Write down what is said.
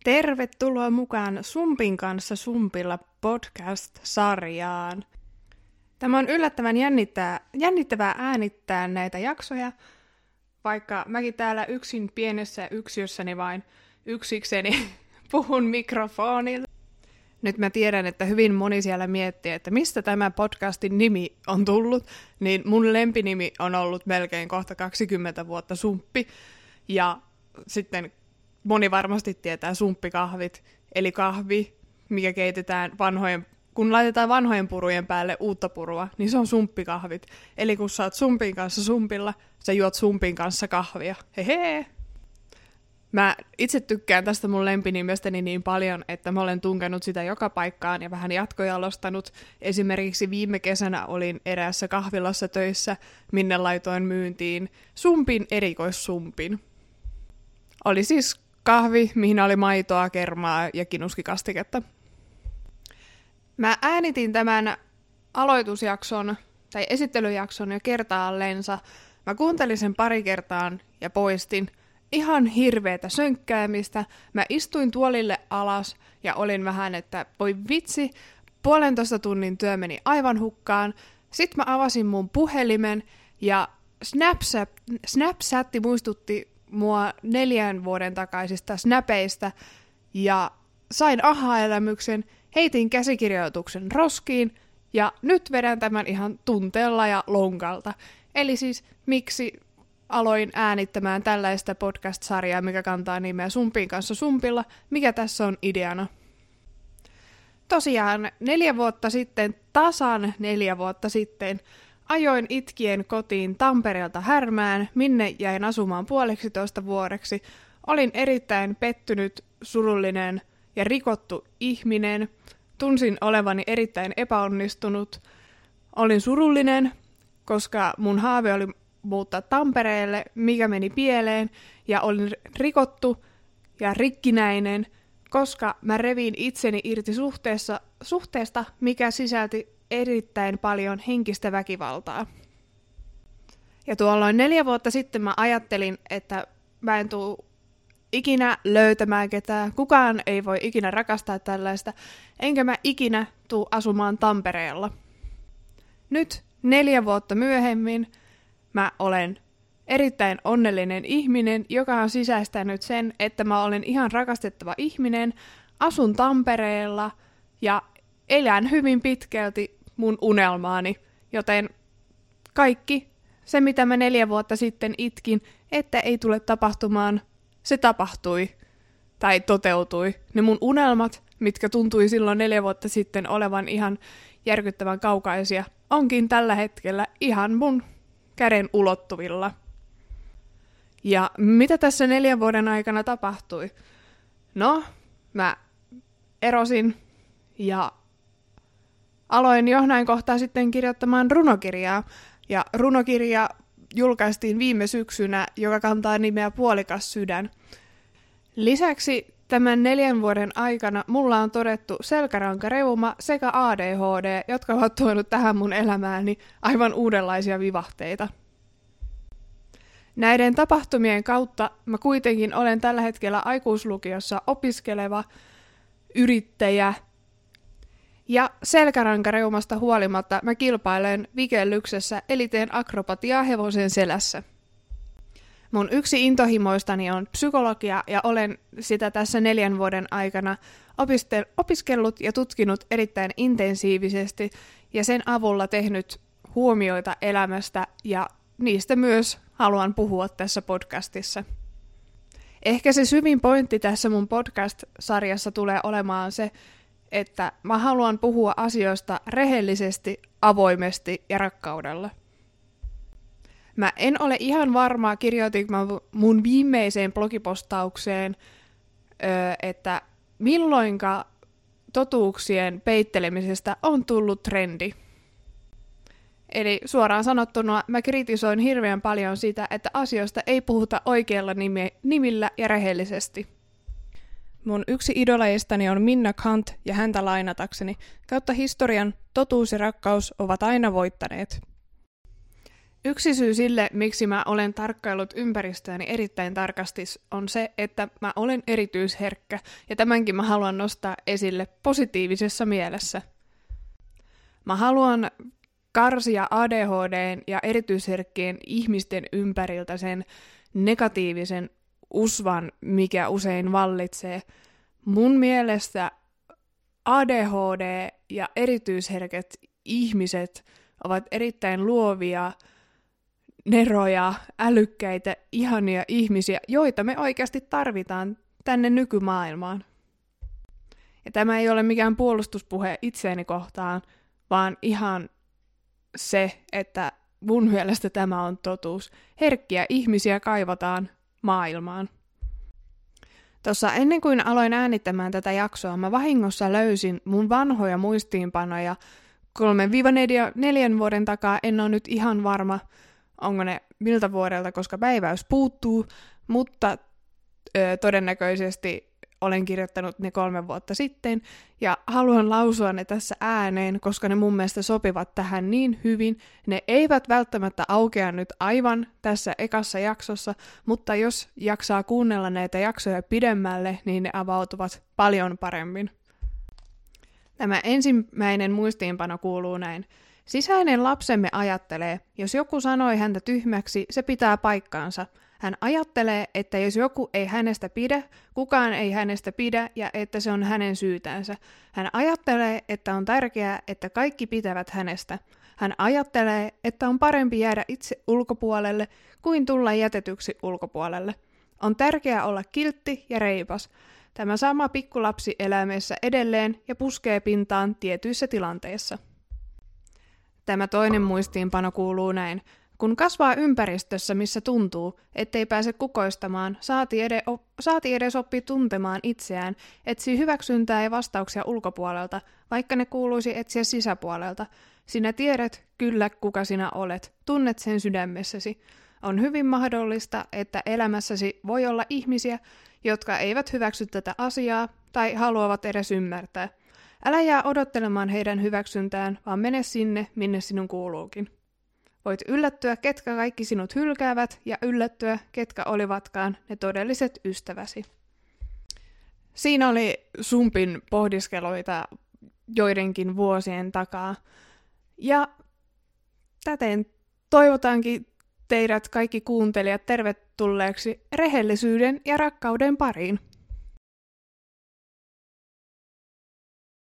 Tervetuloa mukaan Sumpin kanssa Sumpilla podcast-sarjaan. Tämä on yllättävän jännittävää äänittää näitä jaksoja, vaikka mäkin täällä yksin pienessä yksiössäni vain yksikseni puhun mikrofonille. Nyt mä tiedän, että hyvin moni siellä miettii, että mistä tämä podcastin nimi on tullut, niin mun lempinimi on ollut melkein kohta 20 vuotta Sumppi, ja sitten moni varmasti tietää sumppikahvit, eli kahvi, mikä keitetään kun laitetaan vanhojen purujen päälle uutta purua, niin se on sumppikahvit. Eli kun sä oot Sumpin kanssa Sumpilla, sä juot Sumpin kanssa kahvia. Hehe! Mä itse tykkään tästä mun lempinimestäni niin paljon, että mä olen tunkenut sitä joka paikkaan ja vähän jatkojalostanut. Esimerkiksi viime kesänä olin eräässä kahvilassa töissä, minne laitoin myyntiin Sumpin erikoissumpin. Oli siis kahvi, mihin oli maitoa, kermaa ja kinuskikastiketta. Mä äänitin tämän aloitusjakson tai esittelyjakson jo kertaallensa. Mä kuuntelin sen pari kertaan ja poistin. Ihan hirveetä sönkkäämistä. Mä istuin tuolille alas ja olin vähän, että voi vitsi, 1,5 tunnin työ meni aivan hukkaan. Sitten mä avasin mun puhelimen ja Snapchatti muistutti mua 4 vuoden takaisista snapeista ja sain aha-elämyksen, heitin käsikirjoituksen roskiin ja nyt vedän tämän ihan tunteella ja lonkalta. Eli siis miksi aloin äänittämään tällaista podcast-sarjaa, mikä kantaa nimeä Sumpin kanssa Sumpilla, mikä tässä on ideana. Tosiaan 4 vuotta sitten, tasan 4 vuotta sitten, ajoin itkien kotiin Tampereelta Härmään, minne jäin asumaan 1,5 vuodeksi. Olin erittäin pettynyt, surullinen ja rikottu ihminen. Tunsin olevani erittäin epäonnistunut. Olin surullinen, koska mun haave oli muuttaa Tampereelle, mikä meni pieleen, ja olin rikottu ja rikkinäinen, koska mä revin itseni irti suhteesta, mikä sisälti erittäin paljon henkistä väkivaltaa. Ja tuolloin 4 vuotta sitten mä ajattelin, että mä en tule ikinä löytämään ketään, kukaan ei voi ikinä rakastaa tällaista, enkä mä ikinä tule asumaan Tampereella. Nyt 4 vuotta myöhemmin mä olen erittäin onnellinen ihminen, joka on sisäistänyt sen, että mä olen ihan rakastettava ihminen, asun Tampereella ja elän hyvin pitkälti mun unelmaani, joten kaikki se, mitä mä 4 vuotta sitten itkin, että ei tule tapahtumaan, se tapahtui tai toteutui. Ne mun unelmat, mitkä tuntui silloin 4 vuotta sitten olevan ihan järkyttävän kaukaisia, onkin tällä hetkellä ihan mun käden ulottuvilla. Ja mitä tässä 4 vuoden aikana tapahtui? No, mä erosin ja aloin jo näin kohtaa sitten kirjoittamaan runokirjaa. Ja runokirja julkaistiin viime syksynä, joka kantaa nimeä Puolikas sydän. Lisäksi tämän 4 vuoden aikana mulla on todettu selkärankareuma sekä ADHD, jotka ovat tuonut tähän mun elämääni aivan uudenlaisia vivahteita. Näiden tapahtumien kautta mä kuitenkin olen tällä hetkellä aikuislukiossa opiskeleva yrittäjä, ja selkärankareumasta huolimatta mä kilpailen vikellyksessä eli teen akrobatiaa hevosen selässä. Mun yksi intohimoistani on psykologia ja olen sitä tässä 4 vuoden aikana opiskellut ja tutkinut erittäin intensiivisesti ja sen avulla tehnyt huomioita elämästä ja niistä myös haluan puhua tässä podcastissa. Ehkä se syvin pointti tässä mun podcast-sarjassa tulee olemaan se, että mä haluan puhua asioista rehellisesti, avoimesti ja rakkaudella. Mä en ole ihan varma, kirjoitinko mä mun viimeiseen blogipostaukseen, että milloinka totuuksien peittelemisestä on tullut trendi. Eli suoraan sanottuna mä kritisoin hirveän paljon sitä, että asioista ei puhuta oikealla nimillä ja rehellisesti. Mun yksi idoleistani on Minna Kant ja häntä lainatakseni, kautta historian totuus ja rakkaus ovat aina voittaneet. Yksi syy sille, miksi mä olen tarkkaillut ympäristöäni erittäin tarkasti, on se, että mä olen erityisherkkä, ja tämänkin mä haluan nostaa esille positiivisessa mielessä. Mä haluan karsia ADHD ja erityisherkkien ihmisten ympäriltä sen negatiivisen usvan, mikä usein vallitsee. Mun mielestä ADHD ja erityisherkät ihmiset ovat erittäin luovia, neroja, älykkäitä, ihania ihmisiä, joita me oikeasti tarvitaan tänne nykymaailmaan. Ja tämä ei ole mikään puolustuspuhe itseäni kohtaan, vaan ihan se, että mun mielestä tämä on totuus. Herkkiä ihmisiä kaivataan maailmaan. Tuossa ennen kuin aloin äänittämään tätä jaksoa, mä vahingossa löysin mun vanhoja muistiinpanoja 3-4 vuoden takaa. En ole nyt ihan varma, onko ne miltä vuodelta, koska päiväys puuttuu, mutta todennäköisesti olen kirjoittanut ne 3 vuotta sitten, ja haluan lausua ne tässä ääneen, koska ne mun mielestä sopivat tähän niin hyvin. Ne eivät välttämättä aukea nyt aivan tässä ekassa jaksossa, mutta jos jaksaa kuunnella näitä jaksoja pidemmälle, niin ne avautuvat paljon paremmin. Tämä ensimmäinen muistiinpano kuuluu näin. Sisäinen lapsemme ajattelee, jos joku sanoi häntä tyhmäksi, se pitää paikkaansa. Hän ajattelee, että jos joku ei hänestä pidä, kukaan ei hänestä pidä ja että se on hänen syytänsä. Hän ajattelee, että on tärkeää, että kaikki pitävät hänestä. Hän ajattelee, että on parempi jäädä itse ulkopuolelle kuin tulla jätetyksi ulkopuolelle. On tärkeää olla kiltti ja reipas. Tämä sama pikkulapsi elää meissä edelleen ja puskee pintaan tietyissä tilanteissa. Tämä toinen muistiinpano kuuluu näin. Kun kasvaa ympäristössä, missä tuntuu, ettei pääse kukoistamaan, saati edes oppii tuntemaan itseään, etsii hyväksyntää ja vastauksia ulkopuolelta, vaikka ne kuuluisi etsiä sisäpuolelta. Sinä tiedät kyllä, kuka sinä olet, tunnet sen sydämessäsi. On hyvin mahdollista, että elämässäsi voi olla ihmisiä, jotka eivät hyväksy tätä asiaa tai haluavat edes ymmärtää. Älä jää odottelemaan heidän hyväksyntään, vaan mene sinne, minne sinun kuuluukin. Voit yllättyä, ketkä kaikki sinut hylkäävät, ja yllättyä, ketkä olivatkaan ne todelliset ystäväsi. Siinä oli Sumpin pohdiskeluita joidenkin vuosien takaa. Ja täten toivotankin teidät kaikki kuuntelijat tervetulleeksi rehellisyyden ja rakkauden pariin.